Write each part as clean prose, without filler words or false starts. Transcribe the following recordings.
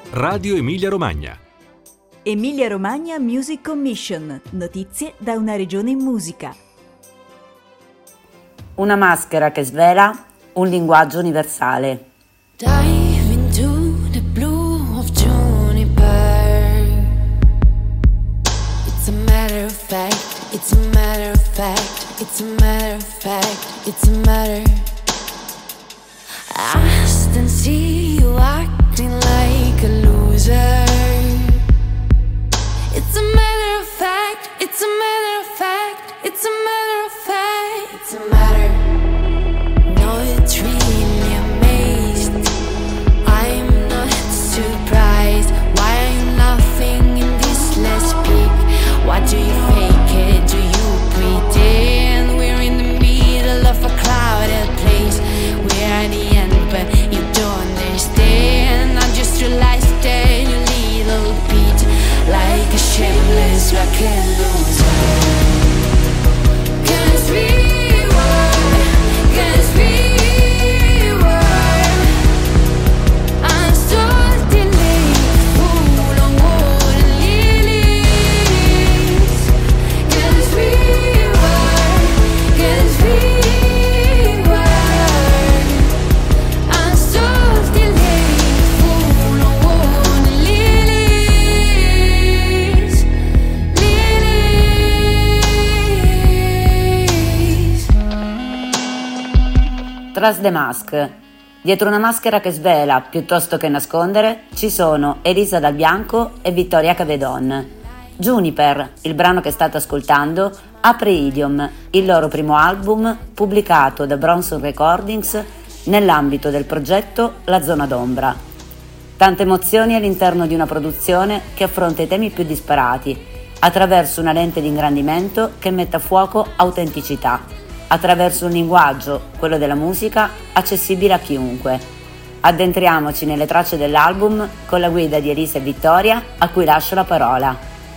Radio Emilia Romagna. Emilia Romagna Music Commission. Notizie da una regione in musica. Una maschera che svela un linguaggio universale. Dive into the blue of juniper. It's a matter of fact, it's a matter of fact, it's a matter of fact, it's a matter. I still see you acting like a loser. It's a matter of fact, it's a matter of fact, it's a matter of fact, it's a matter. No, it's really amazed. I'm not surprised. Why are you laughing in this last peak? Why do you fake it? Do you pretend? We're in the middle of a crowded place. We're at the end, but you don't understand. I just realized that your little beat like a shameless rock and loser. 'Cause we were, 'cause we were unsalted full of water lilies. 'Cause we were, 'cause we were unsalted full of water lilies. Lilies. Tras the Mask. Dietro una maschera che svela piuttosto che nascondere ci sono Elisa Dal Bianco e Vittoria Cavedon. Juniper, il brano che state ascoltando, apre Idiom, il loro primo album pubblicato da Bronson Recordings nell'ambito del progetto La Zona d'Ombra. Tante emozioni all'interno di una produzione che affronta i temi più disparati, attraverso una lente di ingrandimento che mette a fuoco autenticità, attraverso un linguaggio, quello della musica, accessibile a chiunque. Addentriamoci nelle tracce dell'album con la guida di Elisa e Vittoria, a cui lascio la parola.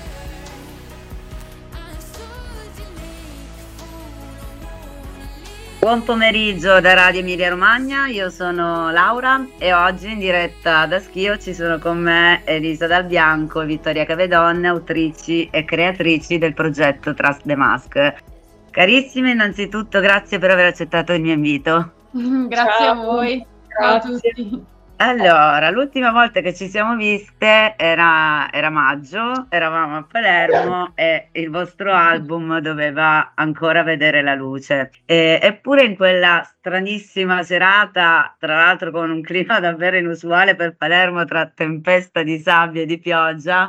Buon pomeriggio da Radio Emilia Romagna, io sono Laura e oggi in diretta da Schio ci sono con me Elisa Dal Bianco e Vittoria Cavedon, autrici e creatrici del progetto Tras the Mask. Carissime, innanzitutto grazie per aver accettato il mio invito. Grazie a voi. Ciao a tutti. Allora, l'ultima volta che ci siamo viste era maggio, eravamo a Palermo e il vostro album doveva ancora vedere la luce. Eppure in quella stranissima serata, tra l'altro con un clima davvero inusuale per Palermo, tra tempesta di sabbia e di pioggia,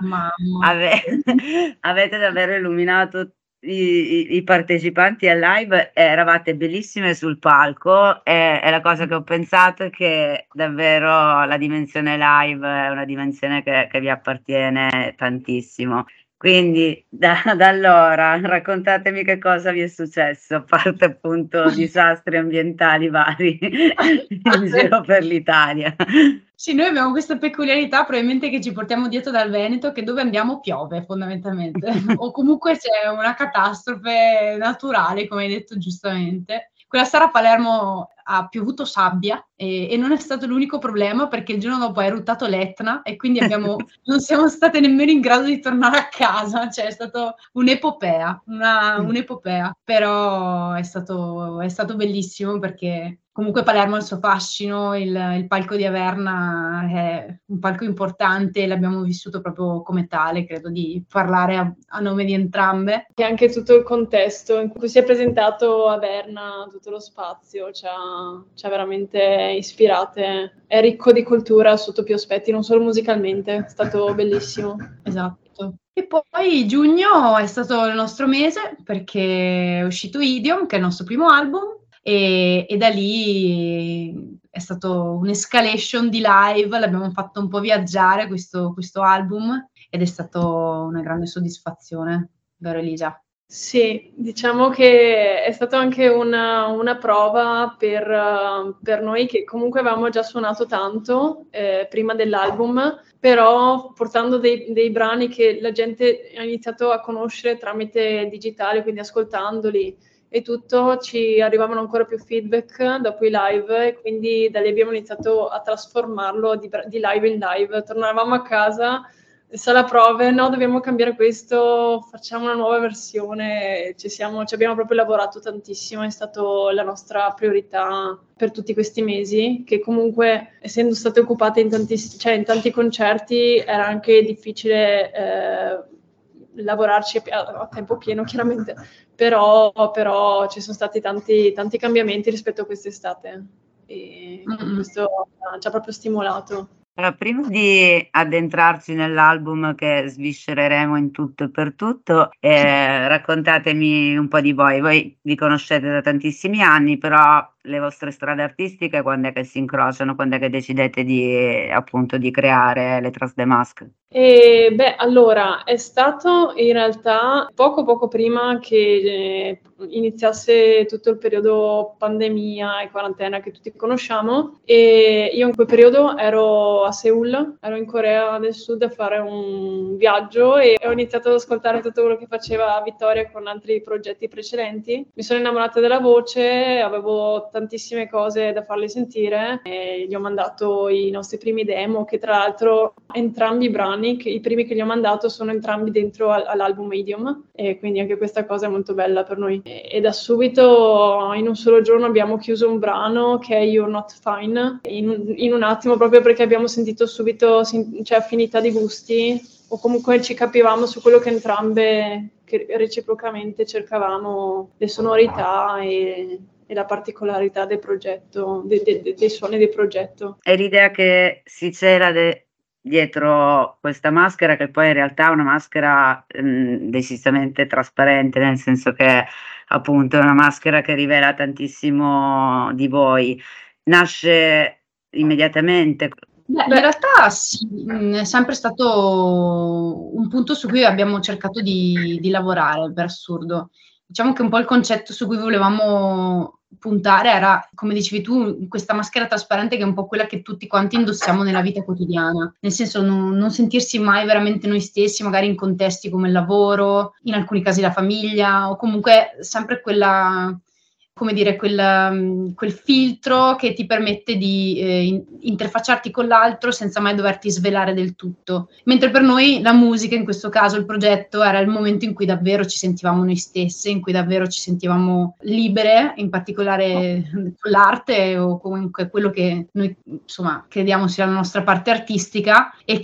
avete davvero illuminato i partecipanti al live. Eravate bellissime sul palco e la cosa che ho pensato è che davvero la dimensione live è una dimensione che vi appartiene tantissimo. Quindi da allora raccontatemi che cosa vi è successo, a parte appunto disastri ambientali vari in giro per l'Italia. Sì, noi abbiamo questa peculiarità probabilmente che ci portiamo dietro dal Veneto, che dove andiamo piove fondamentalmente, o comunque c'è una catastrofe naturale, come hai detto giustamente. Quella sera a Palermo ha piovuto sabbia e non è stato l'unico problema, perché il giorno dopo è eruttato l'Etna e quindi non siamo state nemmeno in grado di tornare a casa, cioè è stato un'epopea, un'epopea, però è stato bellissimo, perché comunque Palermo ha il suo fascino, il palco di Averna è un palco importante, l'abbiamo vissuto proprio come tale, credo di parlare a nome di entrambe. E anche tutto il contesto in cui si è presentato Averna, tutto lo spazio, ci ha veramente ispirate, è ricco di cultura sotto più aspetti, non solo musicalmente, è stato bellissimo. Esatto. E poi giugno è stato il nostro mese, perché è uscito Idiom, che è il nostro primo album, e da lì è stato un'escalation di live, l'abbiamo fatto un po' viaggiare questo album ed è stato una grande soddisfazione, vero Elisa? Sì, diciamo che è stata anche una prova per noi, che comunque avevamo già suonato tanto prima dell'album, però portando dei brani che la gente ha iniziato a conoscere tramite digitale, quindi ascoltandoli e tutto, ci arrivavano ancora più feedback dopo i live e quindi da lì abbiamo iniziato a trasformarlo di live in live. Tornavamo a casa, sala prove, no, dobbiamo cambiare questo, facciamo una nuova versione, ci abbiamo proprio lavorato tantissimo, è stato la nostra priorità per tutti questi mesi, che comunque essendo state occupate in tanti concerti era anche difficile lavorarci a tempo pieno chiaramente, però ci sono stati tanti cambiamenti rispetto a quest'estate e questo ci ha proprio stimolato. Allora, prima di addentrarci nell'album che sviscereremo in tutto e per tutto, raccontatemi un po' di voi. Voi vi conoscete da tantissimi anni, però le vostre strade artistiche quando è che si incrociano, quando è che decidete di creare le Trans The Mask? Allora, è stato in realtà poco prima che iniziasse tutto il periodo pandemia e quarantena che tutti conosciamo, e io in quel periodo ero a Seoul, ero in Corea del Sud a fare un viaggio e ho iniziato ad ascoltare tutto quello che faceva Vittoria con altri progetti precedenti. Mi sono innamorata della voce, avevo tantissime cose da farle sentire e gli ho mandato i nostri primi demo, che tra l'altro entrambi i brani, i primi che gli ho mandato, sono entrambi dentro all'album Medium, e quindi anche questa cosa è molto bella per noi. E da subito, in un solo giorno, abbiamo chiuso un brano che è You're Not Fine, in un attimo, proprio perché abbiamo sentito subito affinità di gusti, o comunque ci capivamo su quello che entrambe che reciprocamente cercavamo, le sonorità e la particolarità del progetto, dei suoni del progetto. È l'idea che si cela dietro questa maschera, che poi in realtà è una maschera decisamente trasparente, nel senso che appunto è una maschera che rivela tantissimo di voi. Nasce immediatamente? In realtà sì, è sempre stato un punto su cui abbiamo cercato di lavorare, per assurdo. Diciamo che un po' il concetto su cui volevamo puntare era, come dicevi tu, questa maschera trasparente che è un po' quella che tutti quanti indossiamo nella vita quotidiana, nel senso non sentirsi mai veramente noi stessi, magari in contesti come il lavoro, in alcuni casi la famiglia, o comunque sempre quella, come dire, quel filtro che ti permette di interfacciarti con l'altro senza mai doverti svelare del tutto. Mentre per noi la musica, in questo caso il progetto, era il momento in cui davvero ci sentivamo noi stesse, in cui davvero ci sentivamo libere, in particolare con l'arte o comunque quello che noi insomma crediamo sia la nostra parte artistica e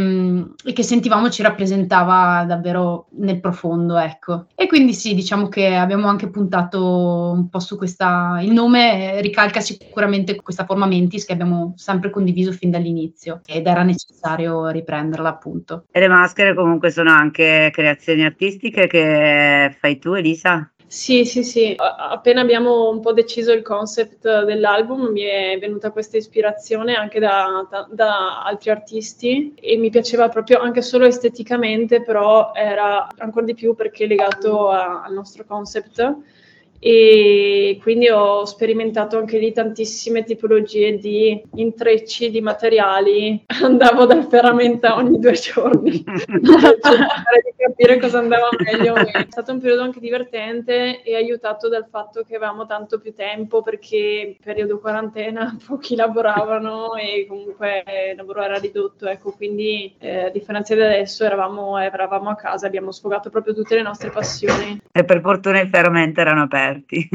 che sentivamo ci rappresentava davvero nel profondo, ecco. E quindi sì, diciamo che abbiamo anche puntato un po' su questa, il nome ricalca sicuramente questa forma mentis che abbiamo sempre condiviso fin dall'inizio ed era necessario riprenderla, appunto. E le maschere comunque sono anche creazioni artistiche che fai tu, Elisa? Sì. Appena abbiamo un po' deciso il concept dell'album mi è venuta questa ispirazione anche da altri artisti e mi piaceva proprio anche solo esteticamente, però era ancora di più perché legato al nostro concept. E quindi ho sperimentato anche lì tantissime tipologie di intrecci, di materiali. Andavo dal ferramenta ogni 2 giorni per cercare di capire cosa andava meglio. È stato un periodo anche divertente e aiutato dal fatto che avevamo tanto più tempo, perché periodo quarantena pochi lavoravano e comunque il lavoro era ridotto, ecco, quindi a differenza di adesso eravamo a casa, abbiamo sfogato proprio tutte le nostre passioni. E per fortuna i ferramenta erano aperti.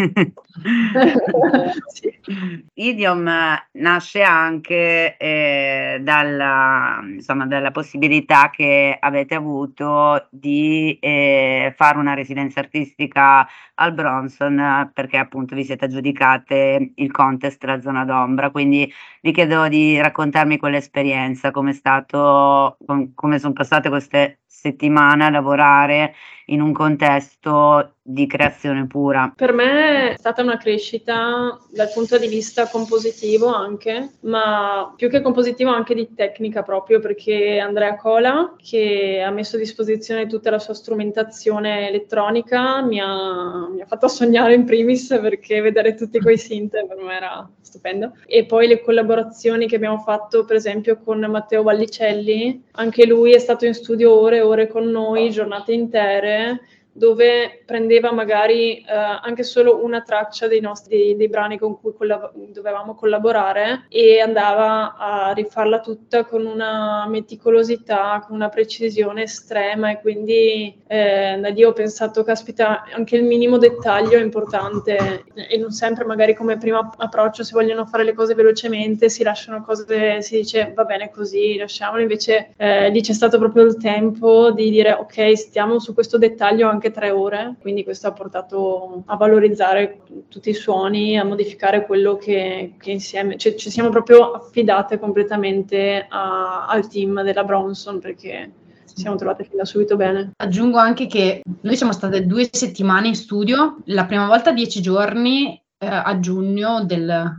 Sì. Idiom nasce anche dalla possibilità che avete avuto di fare una residenza artistica al Bronson, perché appunto vi siete aggiudicate il contest La Zona d'Ombra, quindi vi chiedo di raccontarmi quell'esperienza, come sono passate queste settimane a lavorare in un contesto di creazione pura. Per me è stata una crescita dal punto di vista compositivo anche, ma più che compositivo anche di tecnica, proprio perché Andrea Cola, che ha messo a disposizione tutta la sua strumentazione elettronica, mi ha fatto sognare in primis, perché vedere tutti quei synth per me era stupendo. E poi le collaborazioni che abbiamo fatto, per esempio con Matteo Vallicelli, anche lui è stato in studio ore e ore con noi, giornate intere, dove prendeva magari anche solo una traccia dei brani con cui dovevamo collaborare e andava a rifarla tutta con una meticolosità, con una precisione estrema, e quindi da lì ho pensato, caspita, anche il minimo dettaglio è importante, e non sempre magari come primo approccio, se vogliono fare le cose velocemente, si lasciano cose, si dice va bene così, lasciamolo, invece lì c'è stato proprio il tempo di dire ok, stiamo su questo dettaglio anche 3 ore, quindi questo ha portato a valorizzare tutti i suoni, a modificare quello che insieme, cioè, ci siamo proprio affidate completamente al team della Bronson, perché ci siamo trovate fin da subito bene. Aggiungo anche che noi siamo state 2 settimane in studio, la prima volta 10 giorni a giugno del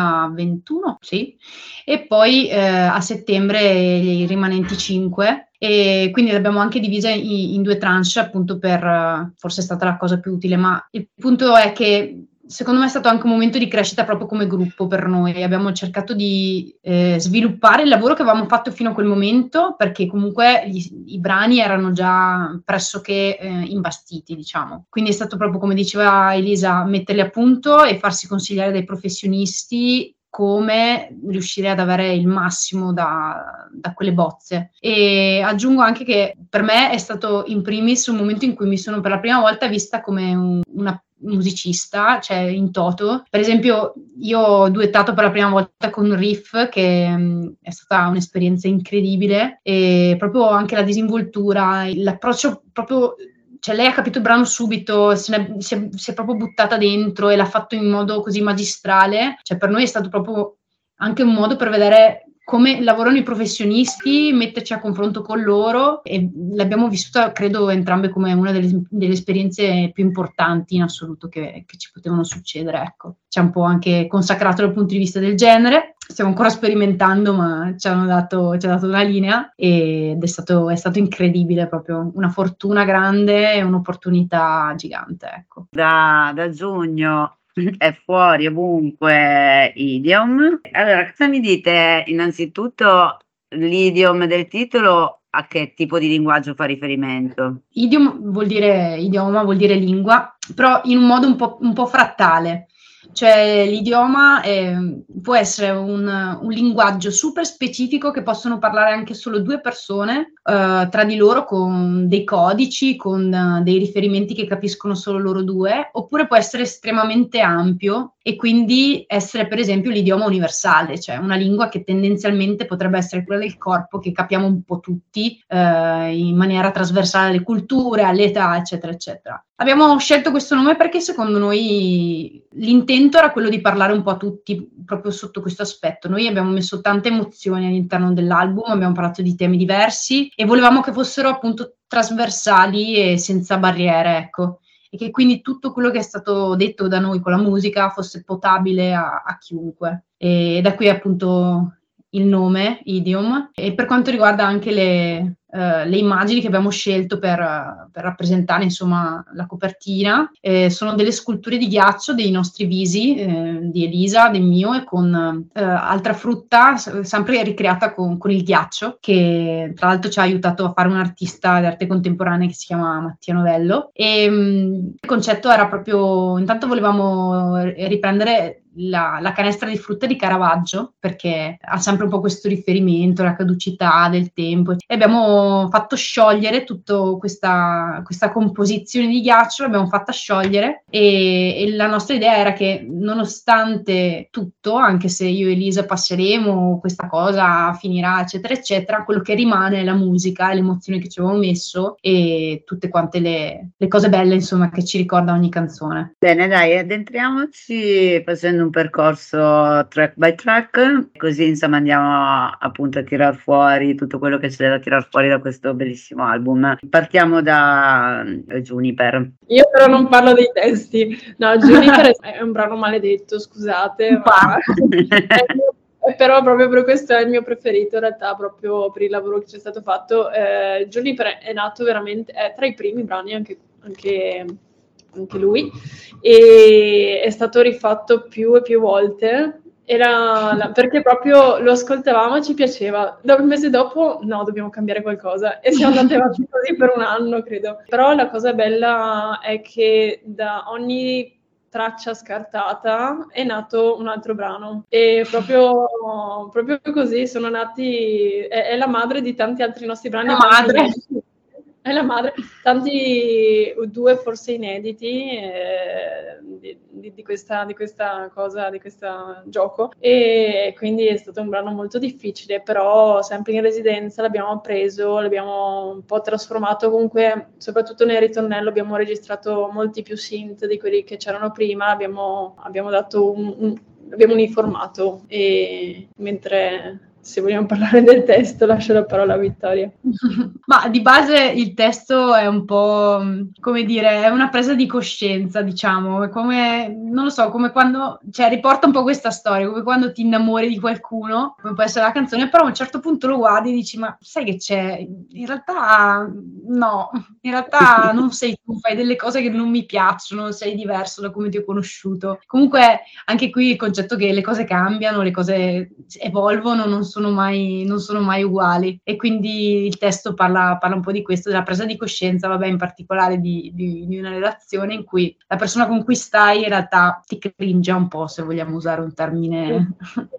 2021, sì, e poi a settembre i rimanenti 5, e quindi l'abbiamo anche divisa in 2 tranche, appunto per forse è stata la cosa più utile, ma il punto è che secondo me è stato anche un momento di crescita proprio come gruppo per noi. Abbiamo cercato di sviluppare il lavoro che avevamo fatto fino a quel momento, perché comunque i brani erano già pressoché imbastiti, diciamo. Quindi è stato proprio, come diceva Elisa, metterli a punto e farsi consigliare dai professionisti come riuscire ad avere il massimo da quelle bozze. E aggiungo anche che per me è stato in primis un momento in cui mi sono per la prima volta vista come una musicista, cioè in toto. Per esempio, io ho duettato per la prima volta con Riff, che è stata un'esperienza incredibile, e proprio anche la disinvoltura, l'approccio proprio, cioè lei ha capito il brano subito, si è proprio buttata dentro e l'ha fatto in modo così magistrale. Cioè per noi è stato proprio anche un modo per vedere come lavorano i professionisti, metterci a confronto con loro, e l'abbiamo vissuta, credo, entrambe come una delle esperienze più importanti in assoluto che ci potevano succedere, ecco. Ci ha un po' anche consacrato dal punto di vista del genere. Stiamo ancora sperimentando, ma ci ha dato una linea, ed è stato incredibile, proprio una fortuna grande e un'opportunità gigante, ecco. Da giugno è fuori ovunque Idiom. Allora, cosa mi dite innanzitutto l'idiom del titolo? A che tipo di linguaggio fa riferimento? Idiom vuol dire idioma, vuol dire lingua, però in un modo un po' frattale. Cioè l'idioma può essere un linguaggio super specifico che possono parlare anche solo 2 persone tra di loro, con dei codici, con dei riferimenti che capiscono solo loro 2, oppure può essere estremamente ampio e quindi essere per esempio l'idioma universale, cioè una lingua che tendenzialmente potrebbe essere quella del corpo, che capiamo un po' tutti in maniera trasversale alle culture, all'età, eccetera, eccetera. Abbiamo scelto questo nome perché secondo noi l'intento era quello di parlare un po' a tutti, proprio sotto questo aspetto. Noi abbiamo messo tante emozioni all'interno dell'album, abbiamo parlato di temi diversi e volevamo che fossero appunto trasversali e senza barriere, ecco. E che quindi tutto quello che è stato detto da noi con la musica fosse potabile a chiunque. E da qui appunto il nome, Idiom. E per quanto riguarda anche le immagini che abbiamo scelto per rappresentare, insomma, la copertina, sono delle sculture di ghiaccio dei nostri visi, di Elisa, del mio, e con altra frutta sempre ricreata con il ghiaccio, che tra l'altro ci ha aiutato a fare un artista di arte contemporanea che si chiama Mattia Novello. E il concetto era proprio, intanto volevamo riprendere la canestra di frutta di Caravaggio, perché ha sempre un po' questo riferimento alla caducità del tempo, e abbiamo fatto sciogliere tutta questa composizione di ghiaccio, l'abbiamo fatta sciogliere, e la nostra idea era che nonostante tutto, anche se io e Elisa passeremo, questa cosa finirà, eccetera eccetera, quello che rimane è la musica, le emozioni che ci avevamo messo e tutte quante le cose belle, insomma, che ci ricorda ogni canzone. Bene, dai, addentriamoci facendo un percorso track by track, così insomma andiamo appunto a tirar fuori tutto quello che c'è da tirar fuori da questo bellissimo album. Partiamo da Juniper. Io però non parlo dei testi. No, Juniper è un brano maledetto, scusate, ma però proprio per questo è il mio preferito, in realtà, proprio per il lavoro che c'è stato fatto. Juniper è nato veramente, è tra i primi brani anche lui, e è stato rifatto più e più volte, Perché proprio lo ascoltavamo e ci piaceva. Un mese dopo, no, dobbiamo cambiare qualcosa. E siamo andate avanti così per un anno, credo. Però la cosa bella è che da ogni traccia scartata è nato un altro brano. E proprio così sono nati... È la madre di tanti altri nostri brani. La madre! È la madre, tanti 2 forse inediti di questa cosa, di questo gioco, e quindi è stato un brano molto difficile, però sempre in residenza l'abbiamo preso, l'abbiamo un po' trasformato, comunque soprattutto nel ritornello abbiamo registrato molti più synth di quelli che c'erano prima, abbiamo dato abbiamo uniformato, e mentre... Se vogliamo parlare del testo, lascio la parola a Vittoria. Ma di base il testo è un po', come dire, è una presa di coscienza, diciamo, è come, non lo so, come quando, cioè riporta un po' questa storia, come quando ti innamori di qualcuno, come può essere la canzone, però a un certo punto lo guardi e dici, ma sai che c'è? In realtà no, in realtà non sei tu, fai delle cose che non mi piacciono, sei diverso da come ti ho conosciuto. Comunque anche qui il concetto che le cose cambiano, le cose evolvono, non sono mai uguali, e quindi il testo parla un po' di questo, della presa di coscienza, vabbè, in particolare di una relazione in cui la persona con cui stai in realtà ti cringe un po', se vogliamo usare un termine,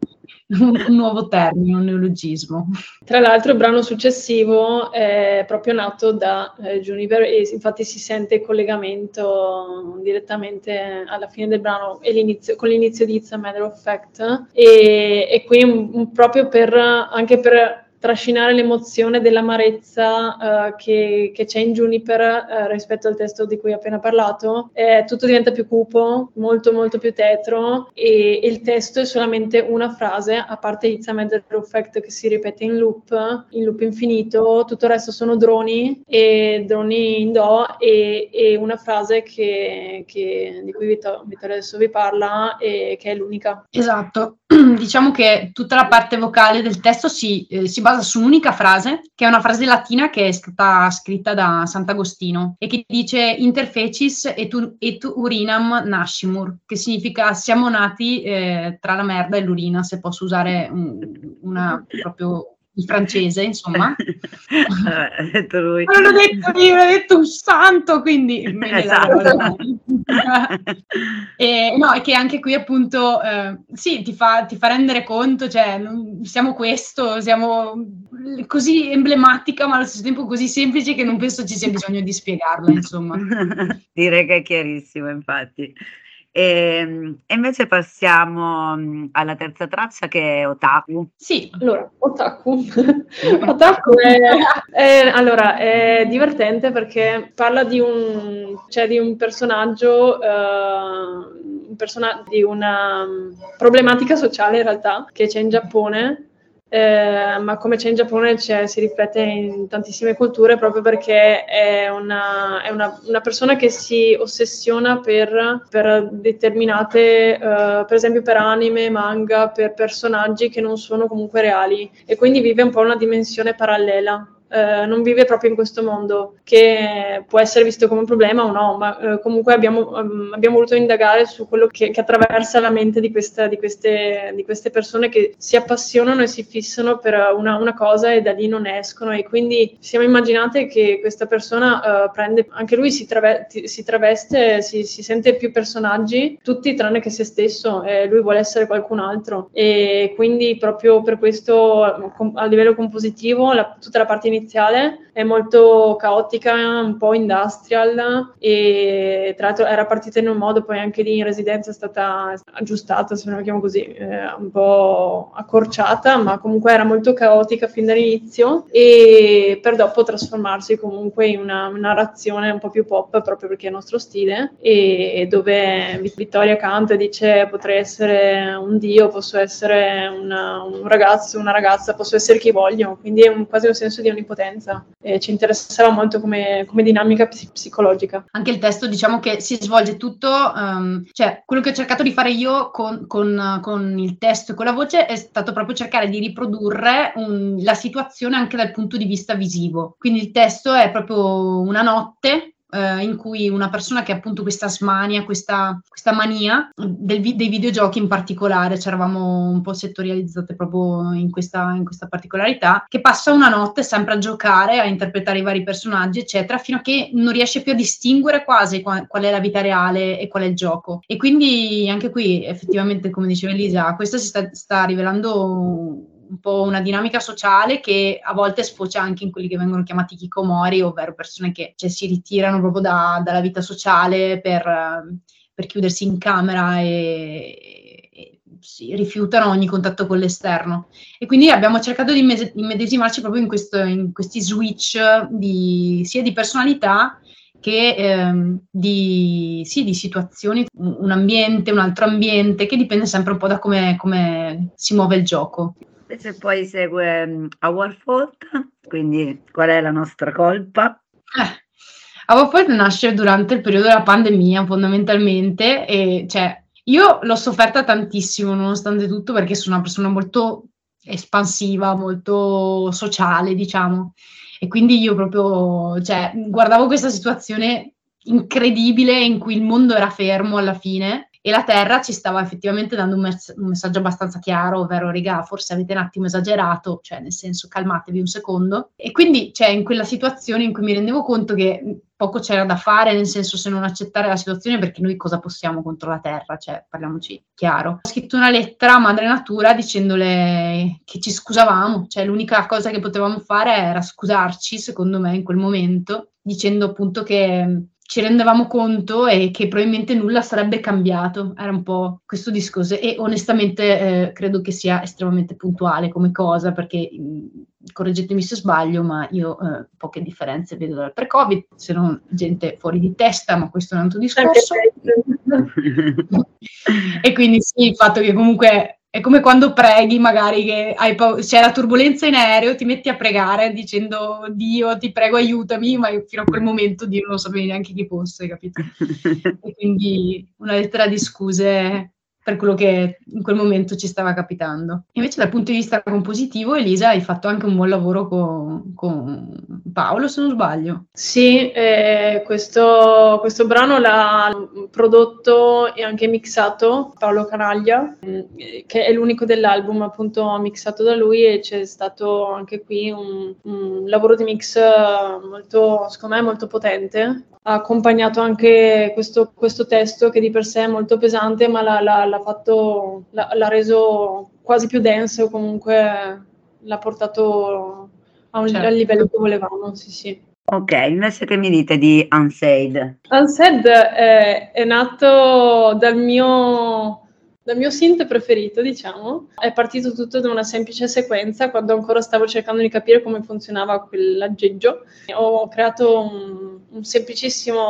un nuovo termine, un neologismo. Tra l'altro il brano successivo è proprio nato da Juniper, e infatti si sente il collegamento direttamente alla fine del brano e con l'inizio di It's a Matter of Fact, e qui proprio anche per trascinare l'emozione dell'amarezza che c'è in Juniper rispetto al testo di cui ho appena parlato. Tutto diventa più cupo, molto molto più tetro, e il testo è solamente una frase, a parte It's a Matter of Fact che si ripete in loop infinito, tutto il resto sono droni in do, e una frase di cui Vittoria adesso vi parla, e che è l'unica. Esatto. Diciamo che tutta la parte vocale del testo si basa su un'unica frase, che è una frase latina che è stata scritta da Sant'Agostino e che dice interfecis et urinam nascimur, che significa siamo nati tra la merda e l'urina, se posso usare proprio il francese, insomma. Detto lui. Non l'ho detto io, l'ho detto un santo, quindi esatto. No, è che anche qui appunto sì, ti fa rendere conto, cioè siamo così emblematica, ma allo stesso tempo così semplice che non penso ci sia bisogno di spiegarla, insomma. Direi che è chiarissimo, infatti. E invece passiamo alla terza traccia, che è Otaku. Sì, allora, Otaku è divertente perché parla di un personaggio, di una problematica sociale in realtà che c'è in Giappone. Ma come c'è in Giappone si riflette in tantissime culture, proprio perché è una persona che si ossessiona per determinate, per esempio per anime, manga, per personaggi che non sono comunque reali, e quindi vive un po' una dimensione parallela. Non vive proprio in questo mondo, che può essere visto come un problema o no, ma comunque abbiamo voluto indagare su quello che attraversa la mente di queste persone che si appassionano e si fissano per una cosa e da lì non escono, e quindi siamo immaginate che questa persona anche lui si traveste, si sente più personaggi, tutti tranne che se stesso, e lui vuole essere qualcun altro, e quindi proprio per questo a livello compositivo tutta la parte iniziale è molto caotica, un po' industrial, e tra l'altro era partita in un modo, poi anche lì in residenza è stata aggiustata, se non la chiamo così, un po' accorciata, ma comunque era molto caotica fin dall'inizio, e per dopo trasformarsi comunque in una narrazione un po' più pop, proprio perché è il nostro stile, e dove Vittoria canta e dice potrei essere un dio, posso essere un ragazzo, una ragazza, posso essere chi voglio, quindi è quasi un senso di onnipotenza. Ci interessava molto come dinamica psicologica. Anche il testo, diciamo che si svolge tutto, cioè quello che ho cercato di fare io con il testo e con la voce è stato proprio cercare di riprodurre la situazione anche dal punto di vista visivo. Quindi il testo è proprio una notte in cui una persona che ha appunto questa smania, questa mania dei videogiochi in particolare, c'eravamo un po' settorializzate proprio in questa particolarità, che passa una notte sempre a giocare, a interpretare i vari personaggi, eccetera, fino a che non riesce più a distinguere quasi qual è la vita reale e qual è il gioco. E quindi anche qui, effettivamente, come diceva Elisa, questo si sta rivelando un po' una dinamica sociale che a volte sfocia anche in quelli che vengono chiamati hikikomori, ovvero persone che si ritirano proprio dalla vita sociale per chiudersi in camera e si rifiutano ogni contatto con l'esterno. E quindi abbiamo cercato di immedesimarci proprio in questi switch sia di personalità che di situazioni, un ambiente, un altro ambiente, che dipende sempre un po' da come si muove il gioco. Se poi segue Our Fault, quindi qual è la nostra colpa? Our Fault nasce durante il periodo della pandemia fondamentalmente, e io l'ho sofferta tantissimo nonostante tutto, perché sono una persona molto espansiva, molto sociale, diciamo, e quindi io proprio guardavo questa situazione incredibile in cui il mondo era fermo alla fine e la Terra ci stava effettivamente dando un messaggio abbastanza chiaro, ovvero: regà, forse avete un attimo esagerato, cioè nel senso, calmatevi un secondo. E quindi in quella situazione in cui mi rendevo conto che poco c'era da fare, nel senso, se non accettare la situazione, perché noi cosa possiamo contro la Terra, parliamoci chiaro. Ho scritto una lettera a Madre Natura dicendole che ci scusavamo, l'unica cosa che potevamo fare era scusarci, secondo me, in quel momento, dicendo appunto che ci rendevamo conto e che probabilmente nulla sarebbe cambiato. Era un po' questo discorso, e onestamente credo che sia estremamente puntuale come cosa, perché correggetemi se sbaglio, ma io poche differenze vedo dal pre-Covid, se non gente fuori di testa, ma questo è un altro discorso. E quindi sì, il fatto che comunque è come quando preghi, magari che c'è la turbolenza in aereo, ti metti a pregare dicendo: Dio, ti prego, aiutami, ma fino a quel momento Dio non lo sapevi neanche chi fosse, capito? E quindi una lettera di scuse per quello che in quel momento ci stava capitando. Invece dal punto di vista compositivo, Elisa, hai fatto anche un buon lavoro con Paolo, se non sbaglio. Sì, questo brano l'ha prodotto e anche mixato Paolo Canaglia, che è l'unico dell'album appunto mixato da lui, e c'è stato anche qui un lavoro di mix molto, secondo me, molto potente. Ha accompagnato anche questo testo, che di per sé è molto pesante, ma l'ha reso quasi più denso, comunque l'ha portato al livello che volevamo, sì. Ok, invece che mi dite di Unsaid? Unsaid è nato dal mio synth preferito, diciamo. È partito tutto da una semplice sequenza, quando ancora stavo cercando di capire come funzionava quell'aggeggio. Ho creato una semplice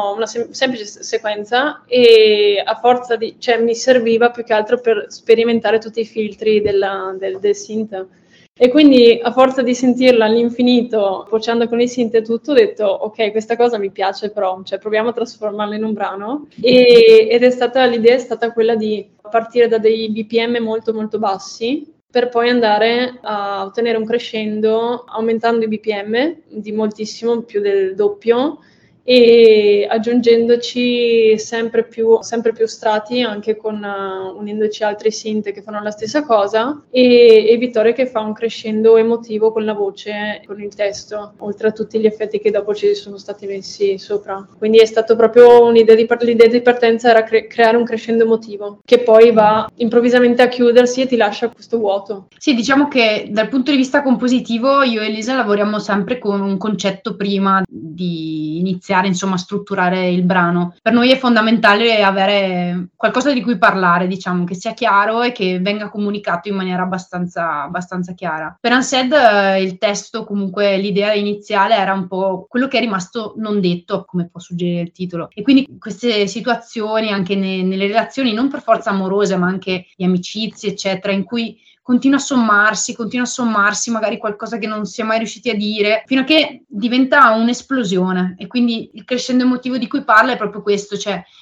sequenza, e a forza mi serviva più che altro per sperimentare tutti i filtri del synth. E quindi, a forza di sentirla all'infinito, pocciando con i synth e tutto, ho detto: ok, questa cosa mi piace, però proviamo a trasformarla in un brano. Ed l'idea è stata quella di partire da dei BPM molto molto bassi, per poi andare a ottenere un crescendo aumentando i BPM di moltissimo, più del doppio, e aggiungendoci sempre più strati, anche unendoci altri synth che fanno la stessa cosa, e Vittoria che fa un crescendo emotivo con la voce, con il testo, oltre a tutti gli effetti che dopo ci sono stati messi sopra. Quindi è stato proprio l'idea di partenza era creare un crescendo emotivo, che poi va improvvisamente a chiudersi e ti lascia questo vuoto. Sì, diciamo che dal punto di vista compositivo io e Elisa lavoriamo sempre con un concetto prima di iniziare, insomma, a strutturare il brano. Per noi è fondamentale avere qualcosa di cui parlare, diciamo, che sia chiaro e che venga comunicato in maniera abbastanza chiara. Per Unsaid il testo, comunque l'idea iniziale era un po' quello che è rimasto non detto, come può suggerire il titolo, e quindi queste situazioni anche nelle relazioni, non per forza amorose, ma anche di amicizie, eccetera, in cui continua a sommarsi magari qualcosa che non si è mai riusciti a dire, fino a che diventa un'esplosione. E quindi il crescendo emotivo di cui parla è proprio questo,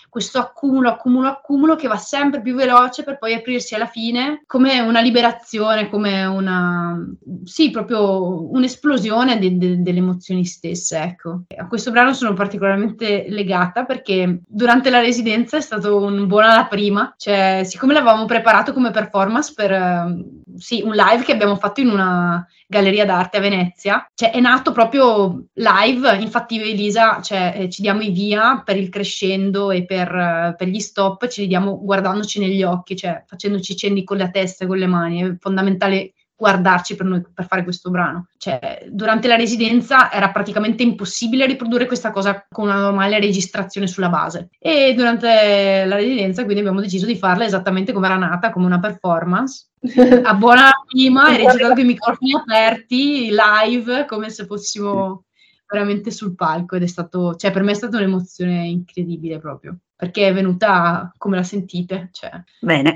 questo accumulo che va sempre più veloce per poi aprirsi alla fine come una liberazione, come proprio un'esplosione delle emozioni stesse, ecco. A questo brano sono particolarmente legata perché durante la residenza è stato un buon alla prima, cioè siccome l'avevamo preparato come performance per un live che abbiamo fatto in una galleria d'arte a Venezia, cioè è nato proprio live, infatti io e Elisa ci diamo i via per il crescendo e per gli stop, ce li diamo guardandoci negli occhi, cioè facendoci cenni con la testa e con le mani, è fondamentale guardarci per noi per fare questo brano. Cioè, durante la residenza era praticamente impossibile riprodurre questa cosa con una normale registrazione sulla base. E durante la residenza quindi abbiamo deciso di farla esattamente come era nata, come una performance. A buona prima e recitato con i microfoni aperti, live, come se fossimo veramente sul palco, ed è stato, cioè per me è stata un'emozione incredibile proprio, perché è venuta come la sentite. Cioè. Bene.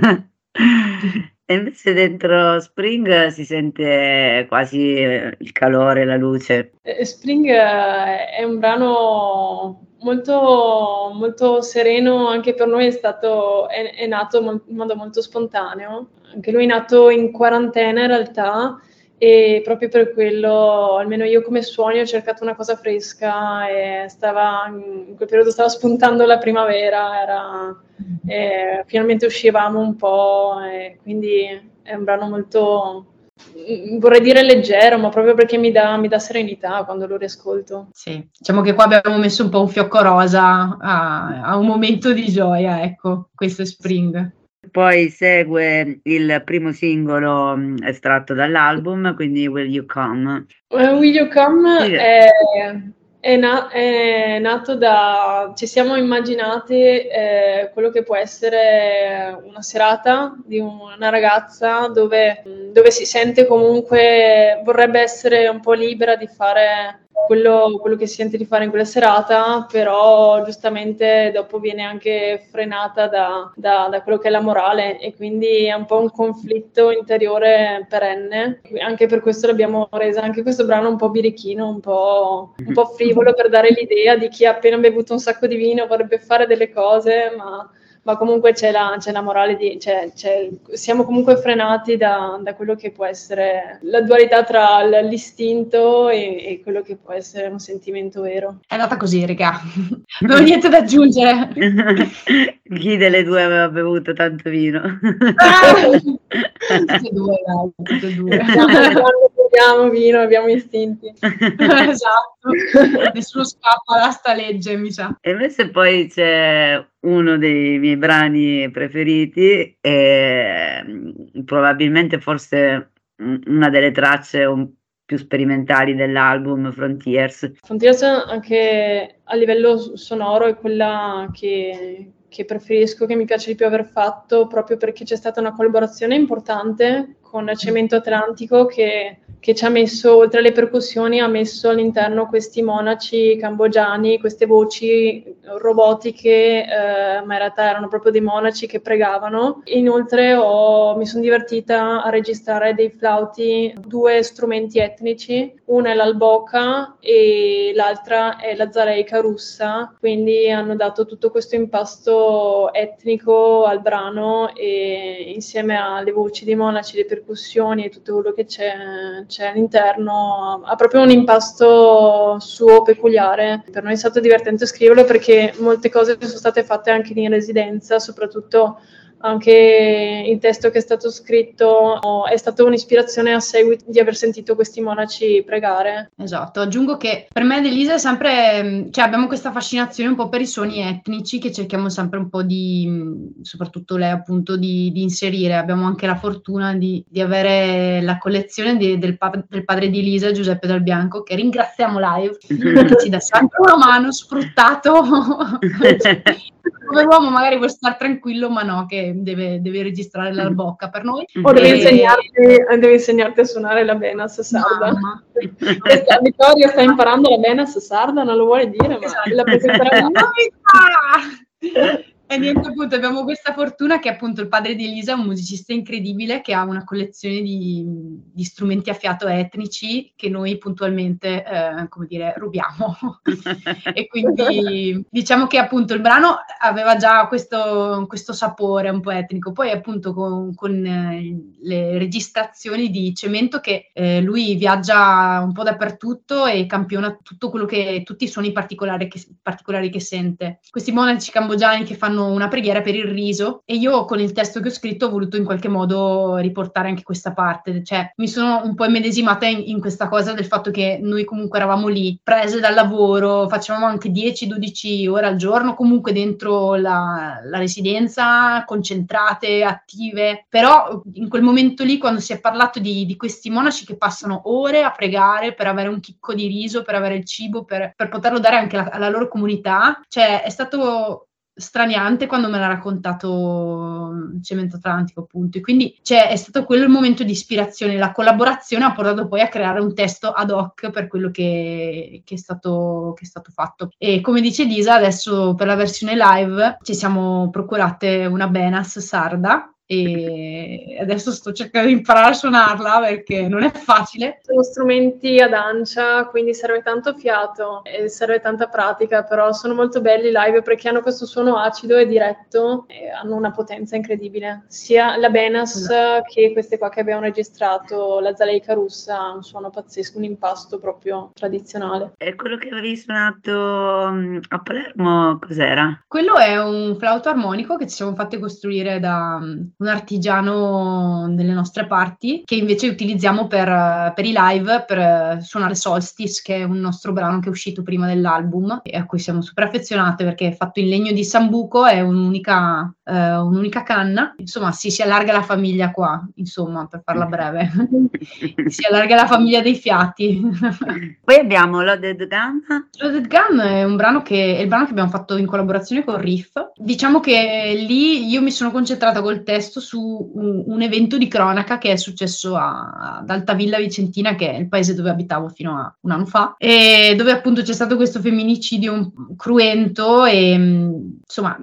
E invece dentro Spring si sente quasi il calore, la luce. Spring è un brano molto, molto sereno, anche per noi è nato in modo molto spontaneo. Anche lui è nato in quarantena in realtà, e proprio per quello, almeno io come suoni, ho cercato una cosa fresca e in quel periodo stava spuntando la primavera, finalmente uscivamo un po', e quindi è un brano molto, vorrei dire leggero, ma proprio perché mi dà serenità quando lo riascolto. Sì, diciamo che qua abbiamo messo un po' un fiocco rosa a un momento di gioia, ecco, questo è Spring. Poi segue il primo singolo estratto dall'album, quindi Will You Come? Will You Come Sì. è nato ci siamo immaginati quello che può essere una serata di una ragazza dove si sente comunque, vorrebbe essere un po' libera di fare quello che si sente di fare in quella serata, però giustamente dopo viene anche frenata da quello che è la morale, e quindi è un po' un conflitto interiore perenne. Anche per questo l'abbiamo resa anche questo brano un po' birichino, un po' frivolo, per dare l'idea di chi ha appena bevuto un sacco di vino vorrebbe fare delle cose, ma comunque c'è la morale siamo comunque frenati da quello che può essere la dualità tra l'istinto e quello che può essere un sentimento vero. È andata così, raga. Non ho niente da aggiungere. Chi delle due aveva bevuto tanto vino? Tutte e due. Quando beviamo vino abbiamo istinti. Esatto. Nessuno scappa da sta legge, mi sa. E invece poi c'è uno dei miei brani preferiti e probabilmente forse una delle tracce più sperimentali dell'album, Frontiers. Frontiers anche a livello sonoro è quella che preferisco, che mi piace di più aver fatto, proprio perché c'è stata una collaborazione importante con Cemento Atlantico che ci ha messo, oltre alle percussioni, ha messo all'interno questi monaci cambogiani, queste voci robotiche, ma in realtà erano proprio dei monaci che pregavano. Inoltre mi sono divertita a registrare dei flauti, 2 strumenti etnici, una è l'alboca e l'altra è la zareica russa, quindi hanno dato tutto questo impasto etnico al brano, e insieme alle voci dei monaci, le percussioni e tutto quello che c'è all'interno ha proprio un impasto suo peculiare. Per noi è stato divertente scriverlo perché molte cose sono state fatte anche in residenza, soprattutto anche il testo che è stato scritto è stato un'ispirazione a seguito di aver sentito questi monaci pregare. Esatto, aggiungo che per me ed Elisa è sempre, cioè abbiamo questa fascinazione un po' per i suoni etnici che cerchiamo sempre un po' soprattutto lei appunto, di inserire. Abbiamo anche la fortuna di avere la collezione del padre di Elisa, Giuseppe Dal Bianco, che ringraziamo live, che ci dà sempre una mano sfruttato. Pover'uomo magari vuole stare tranquillo, ma no, che deve registrare la bocca per noi. O deve insegnarti a suonare la Benas sarda. Vittoria sta imparando la Benas sarda, non lo vuole dire, ma Esatto. la presenterà. E niente, appunto, abbiamo questa fortuna che appunto il padre di Elisa è un musicista incredibile che ha una collezione di strumenti a fiato etnici che noi puntualmente, come dire, rubiamo. E quindi diciamo che appunto il brano aveva già questo sapore un po' etnico. Poi appunto con le registrazioni di Cemento che lui viaggia un po' dappertutto e campiona tutto quello che, tutti i suoni particolari che sente. Questi monaci cambogiani che fanno una preghiera per il riso e io con il testo che ho scritto ho voluto in qualche modo riportare anche questa parte, cioè mi sono un po' immedesimata in questa cosa del fatto che noi comunque eravamo lì, prese dal lavoro, facevamo anche 10-12 ore al giorno comunque dentro la residenza, concentrate, attive, però in quel momento lì quando si è parlato di questi monaci che passano ore a pregare per avere un chicco di riso, per avere il cibo, per poterlo dare anche alla loro comunità, cioè è stato straniante quando me l'ha raccontato Cemento Atlantico appunto, e quindi cioè, è stato quello il momento di ispirazione, la collaborazione ha portato poi a creare un testo ad hoc per quello che è stato fatto. E come dice Lisa, adesso per la versione live ci siamo procurate una Benas sarda e adesso sto cercando di imparare a suonarla perché non è facile. Sono strumenti ad ancia, quindi serve tanto fiato e serve tanta pratica, però sono molto belli live perché hanno questo suono acido e diretto e hanno una potenza incredibile. Sia la Benas che queste qua che abbiamo registrato, la Zaleika russa, ha un suono pazzesco, un impasto proprio tradizionale. E quello che avevi suonato a Palermo cos'era? Quello è un flauto armonico che ci siamo fatti costruire da un artigiano delle nostre parti, che invece utilizziamo per i live, per suonare Solstice, che è un nostro brano che è uscito prima dell'album e a cui siamo super affezionate perché è fatto in legno di sambuco, è un'unica canna, insomma si allarga la famiglia qua, insomma, per farla breve, si allarga la famiglia dei fiati. Poi abbiamo Loaded Gun. Loaded Gun è un brano è il brano che abbiamo fatto in collaborazione con Riff. Diciamo che lì io mi sono concentrata col testo su un evento di cronaca che è successo ad Altavilla Vicentina, che è il paese dove abitavo fino a un anno fa, e dove appunto c'è stato questo femminicidio cruento e insomma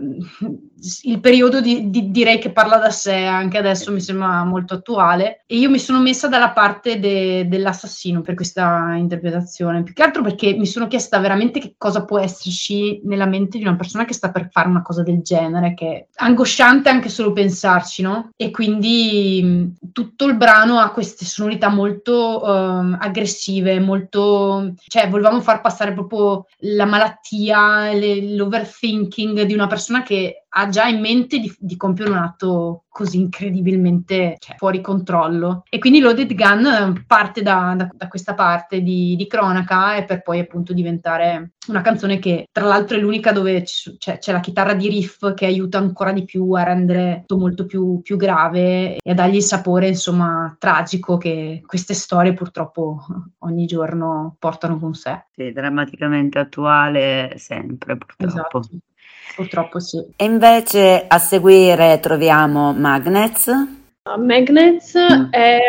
il periodo direi che parla da sé, anche adesso mi sembra molto attuale, e io mi sono messa dalla parte dell'assassino per questa interpretazione, più che altro perché mi sono chiesta veramente che cosa può esserci nella mente di una persona che sta per fare una cosa del genere, che è angosciante anche solo pensarci, no? E quindi tutto il brano ha queste sonorità molto aggressive, molto, cioè volevamo far passare proprio la malattia, l'overthinking di una persona che ha già in mente di compiere un atto così incredibilmente, cioè, fuori controllo. E quindi Loaded Gun parte da questa parte di cronaca e per poi appunto diventare una canzone che tra l'altro è l'unica dove c'è la chitarra di riff che aiuta ancora di più a rendere tutto molto più grave e a dargli il sapore insomma tragico che queste storie purtroppo ogni giorno portano con sé. Sì, drammaticamente attuale sempre purtroppo. Esatto. Purtroppo sì. E invece a seguire troviamo Magnets. Magnets è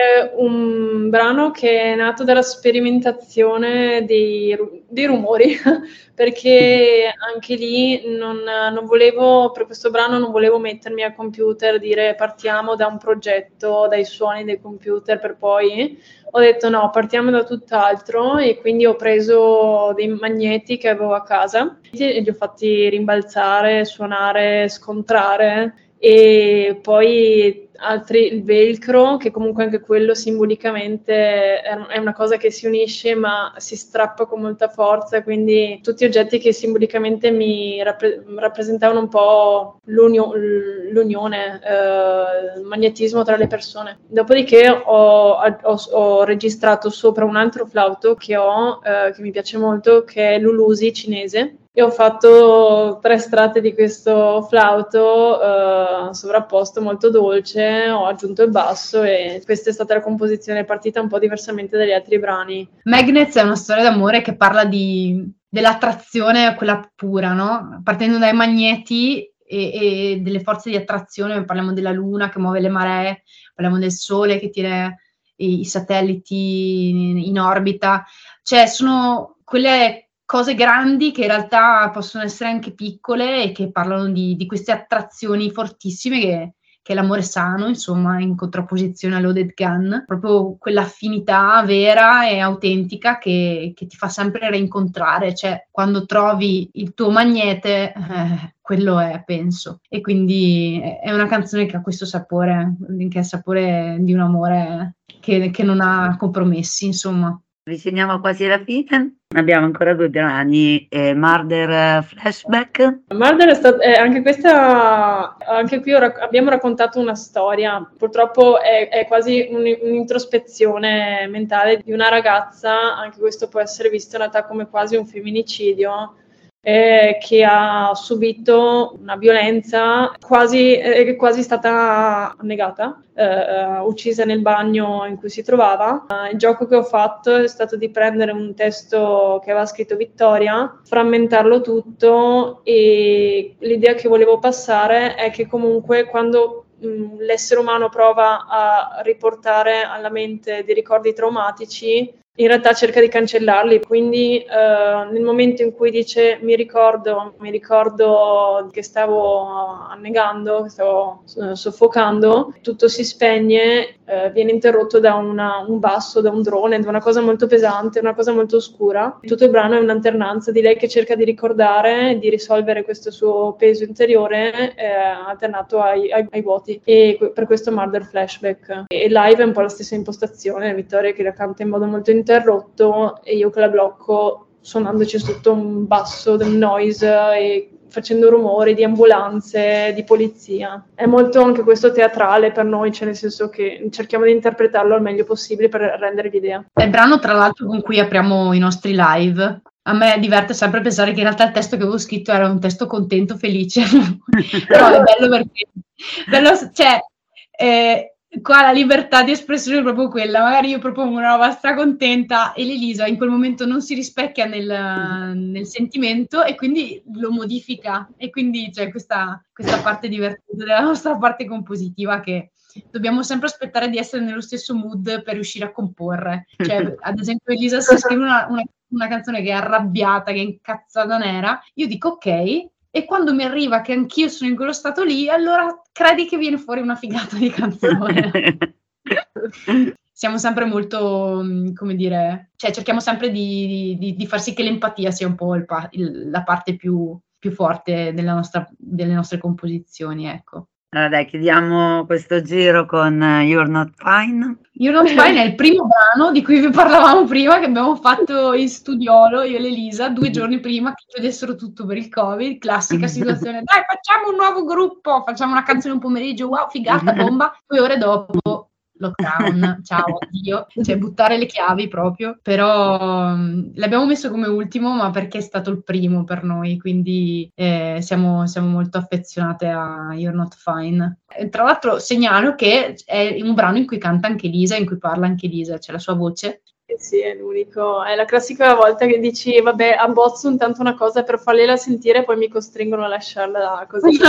un brano che è nato dalla sperimentazione dei rumori, perché anche lì non volevo, per questo brano non volevo mettermi al computer, dire partiamo da un progetto, dai suoni del computer per poi... Ho detto no, partiamo da tutt'altro e quindi ho preso dei magneti che avevo a casa e li ho fatti rimbalzare, suonare, scontrare e poi il velcro, che comunque anche quello simbolicamente è una cosa che si unisce ma si strappa con molta forza, quindi tutti oggetti che simbolicamente mi rappresentavano un po' l'unione, il magnetismo tra le persone. Dopodiché ho registrato sopra un altro flauto che mi piace molto, che è l'Ulusi cinese, e ho fatto 3 strate di questo flauto sovrapposto molto dolce, ho aggiunto il basso e questa è stata la composizione, partita un po' diversamente dagli altri brani. Magnets è una storia d'amore che parla dell'attrazione, quella pura, no? Partendo dai magneti e delle forze di attrazione, parliamo della luna che muove le maree, parliamo del sole che tira i satelliti in orbita, cioè sono quelle cose grandi che in realtà possono essere anche piccole e che parlano di queste attrazioni fortissime che è l'amore sano, insomma, in contrapposizione a Loaded Gun, proprio quell'affinità vera e autentica che ti fa sempre rincontrare, cioè quando trovi il tuo magnete, quello è, penso. E quindi è una canzone che ha questo sapore, che è il sapore di un amore che non ha compromessi, insomma. Avviciniamo quasi alla fine, abbiamo ancora 2 brani, Murder Flashback. Murder anche questa, anche qui abbiamo raccontato una storia, purtroppo è quasi un'introspezione mentale di una ragazza, anche questo può essere visto in realtà come quasi un femminicidio, che ha subito una violenza quasi stata negata, uccisa nel bagno in cui si trovava. Il gioco che ho fatto è stato di prendere un testo che aveva scritto Vittoria, frammentarlo tutto, e l'idea che volevo passare è che comunque quando l'essere umano prova a riportare alla mente dei ricordi traumatici, in realtà cerca di cancellarli, quindi nel momento in cui dice mi ricordo che stavo annegando, che stavo soffocando, tutto si spegne, viene interrotto da un basso, da un drone, da una cosa molto pesante, una cosa molto oscura. Tutto il brano è un'alternanza di lei che cerca di ricordare, di risolvere questo suo peso interiore, alternato ai vuoti, e per questo Murder Flashback. E live è un po' la stessa impostazione, Vittoria che la canta in modo molto interrotto e io che la blocco suonandoci sotto un basso, un noise e facendo rumori di ambulanze, di polizia. È molto anche questo teatrale per noi, cioè nel senso che cerchiamo di interpretarlo al meglio possibile per rendere l'idea. È il brano tra l'altro con cui apriamo i nostri live. A me diverte sempre pensare che in realtà il testo che avevo scritto era un testo contento, felice, però è bello perché cioè, qua la libertà di espressione è proprio quella, magari io propongo una roba stracontenta e l'Elisa in quel momento non si rispecchia nel sentimento e quindi lo modifica, e quindi c'è questa parte divertente della nostra parte compositiva, che dobbiamo sempre aspettare di essere nello stesso mood per riuscire a comporre. Cioè, ad esempio, Elisa se scrive una canzone che è arrabbiata, che è incazzata nera, io dico ok, e quando mi arriva che anch'io sono in quello stato lì, allora credi che viene fuori una figata di canzone. Siamo sempre molto, come dire, cioè cerchiamo sempre di far sì che l'empatia sia un po' la parte più forte delle nostre composizioni, ecco. Allora dai, chiudiamo questo giro con You're Not Fine. You're Not Fine è il primo brano di cui vi parlavamo prima, che abbiamo fatto in studiolo, io e l'Elisa, 2 giorni prima che chiudessero tutto per il Covid. Classica situazione, dai facciamo un nuovo gruppo, facciamo una canzone un pomeriggio, wow, figata, bomba. 2 ore dopo lockdown, ciao, addio, cioè buttare le chiavi proprio, però l'abbiamo messo come ultimo, ma perché è stato il primo per noi, quindi siamo molto affezionate a You're Not Fine. E tra l'altro segnalo che è un brano in cui canta anche Lisa, in cui parla anche Lisa, c'è la sua voce. Sì, è l'unico, è la classica volta che dici vabbè, abbozzo intanto una cosa per fargliela sentire e poi mi costringono a lasciarla così.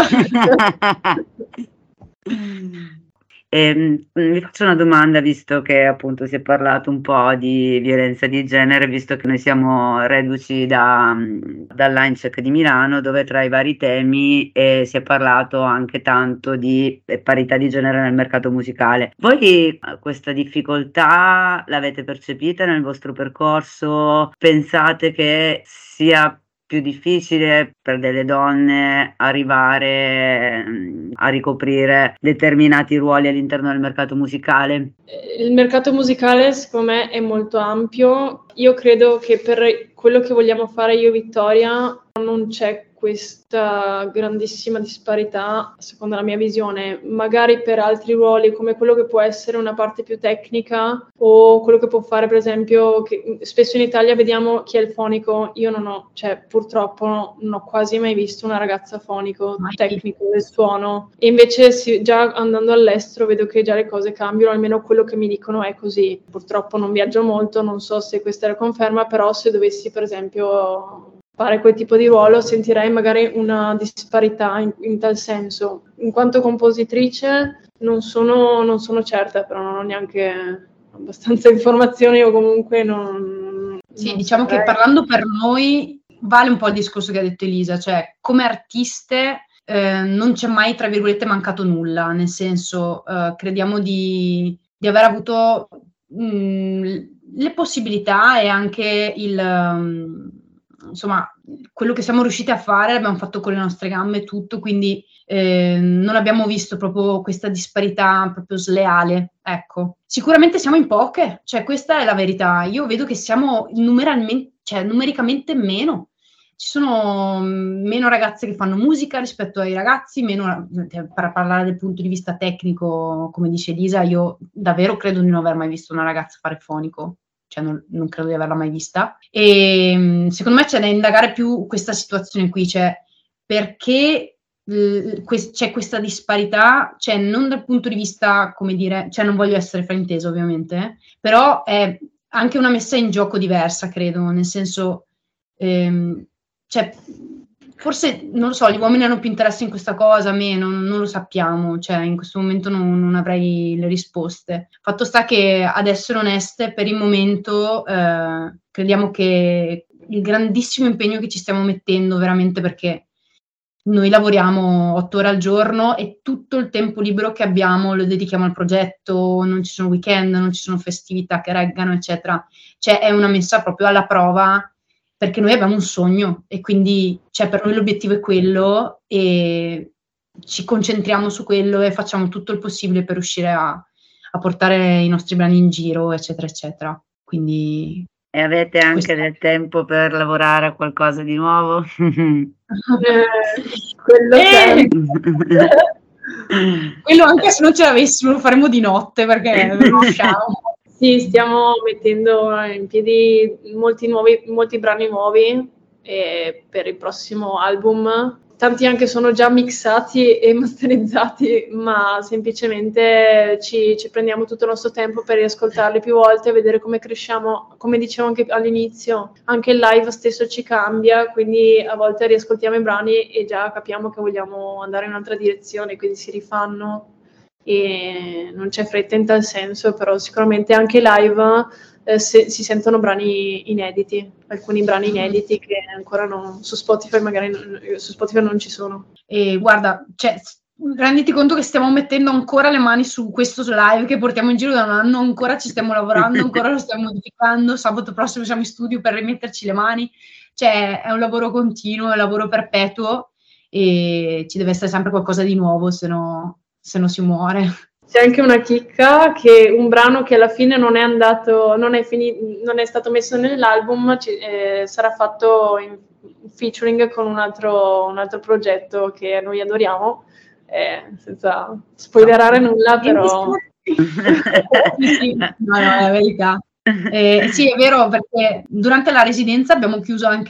Vi faccio una domanda, visto che appunto si è parlato un po' di violenza di genere, visto che noi siamo reduci dall'Eincheck di Milano, dove tra i vari temi si è parlato anche tanto di parità di genere nel mercato musicale. Voi questa difficoltà l'avete percepita nel vostro percorso? Pensate che sia più difficile per delle donne arrivare a ricoprire determinati ruoli all'interno del mercato musicale? Il mercato musicale secondo me è molto ampio. Io credo che per quello che vogliamo fare io e Vittoria non c'è questa grandissima disparità, secondo la mia visione. Magari per altri ruoli, come quello che può essere una parte più tecnica, o quello che può fare, per esempio, che spesso in Italia vediamo chi è il fonico. Io non ho, cioè purtroppo non ho quasi mai visto una ragazza fonico tecnico del suono, e invece già andando all'estero vedo che già le cose cambiano, almeno quello che mi dicono è così. Purtroppo non viaggio molto, non so se questa è la conferma, però se dovessi per esempio fare quel tipo di ruolo sentirei magari una disparità in tal senso. In quanto compositrice non sono certa, però non ho neanche abbastanza informazioni, o comunque non Sì, diciamo che parlando per noi vale un po' il discorso che ha detto Elisa, cioè come artiste non c'è mai, tra virgolette, mancato nulla, nel senso crediamo di aver avuto le possibilità e anche insomma, quello che siamo riusciti a fare l'abbiamo fatto con le nostre gambe e tutto, quindi non abbiamo visto proprio questa disparità proprio sleale, ecco. Sicuramente siamo in poche, cioè questa è la verità. Io vedo che siamo numericamente meno. Ci sono meno ragazze che fanno musica rispetto ai ragazzi, meno, per parlare dal punto di vista tecnico, come dice Elisa, io davvero credo di non aver mai visto una ragazza fare fonico, cioè non credo di averla mai vista. E secondo me c'è da indagare più questa situazione qui, cioè perché c'è questa disparità, cioè non dal punto di vista, come dire, cioè non voglio essere frainteso ovviamente, però è anche una messa in gioco diversa, credo, nel senso... cioè, forse, non lo so, gli uomini hanno più interesse in questa cosa, me non lo sappiamo, cioè in questo momento non avrei le risposte. Fatto sta che, ad essere oneste, per il momento crediamo che il grandissimo impegno che ci stiamo mettendo veramente, perché noi lavoriamo 8 ore al giorno e tutto il tempo libero che abbiamo lo dedichiamo al progetto, non ci sono weekend, non ci sono festività che reggano, eccetera. Cioè è una messa proprio alla prova, perché noi abbiamo un sogno e quindi per noi l'obiettivo è quello e ci concentriamo su quello e facciamo tutto il possibile per riuscire a portare i nostri brani in giro, eccetera, eccetera. Quindi... E avete anche del tempo per lavorare a qualcosa di nuovo? Quello quello anche se non ce l'avessimo lo faremo di notte perché non riusciamo. Sì, stiamo mettendo in piedi molti brani nuovi per il prossimo album. Tanti anche sono già mixati e masterizzati, ma semplicemente ci prendiamo tutto il nostro tempo per riascoltarli più volte, vedere come cresciamo. Come dicevo anche all'inizio, anche il live stesso ci cambia, quindi a volte riascoltiamo i brani e già capiamo che vogliamo andare in un'altra direzione, quindi si rifanno. E non c'è fretta in tal senso, però sicuramente anche live si sentono brani inediti, alcuni brani inediti che ancora su Spotify magari su Spotify non ci sono. E guarda, renditi conto che stiamo mettendo ancora le mani su questo live che portiamo in giro da un anno, ancora ci stiamo lavorando, ancora lo stiamo modificando, sabato prossimo siamo in studio per rimetterci le mani, cioè è un lavoro continuo, è un lavoro perpetuo e ci deve essere sempre qualcosa di nuovo, se no si muore. C'è anche una chicca che un brano che alla fine non è stato messo nell'album, sarà fatto in featuring con un altro progetto che noi adoriamo, senza spoilerare nulla, però... Sì, no, è la verità. Sì, è vero, perché durante la residenza abbiamo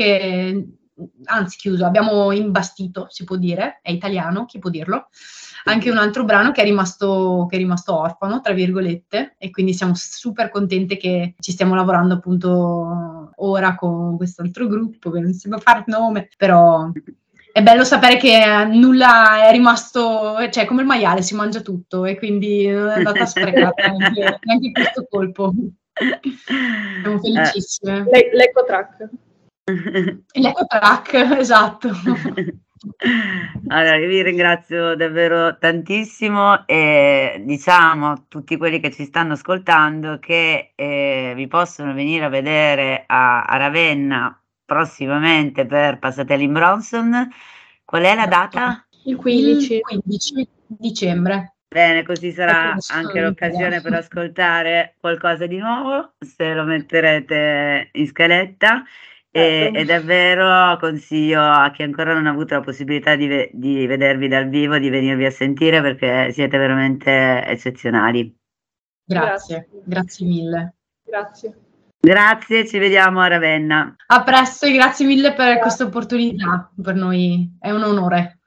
abbiamo imbastito, si può dire, è italiano, chi può dirlo, anche un altro brano che è rimasto orfano, tra virgolette, e quindi siamo super contente che ci stiamo lavorando appunto ora con quest'altro gruppo, che non si può fare il nome, però è bello sapere che nulla è rimasto, cioè come il maiale si mangia tutto e quindi non è andata sprecata neanche questo colpo. Siamo felicissime. L'eco track. L'eco track, esatto. Allora, io vi ringrazio davvero tantissimo e diciamo a tutti quelli che ci stanno ascoltando che vi possono venire a vedere a Ravenna prossimamente per Passatelle in Bronson. Qual è la data? Il 15 dicembre. Bene, così sarà anche l'occasione per ascoltare qualcosa di nuovo, se lo metterete in scaletta. E davvero consiglio a chi ancora non ha avuto la possibilità di vedervi dal vivo, di venirvi a sentire perché siete veramente eccezionali. Grazie mille. Grazie, ci vediamo a Ravenna. A presto e grazie mille per questa opportunità, per noi è un onore.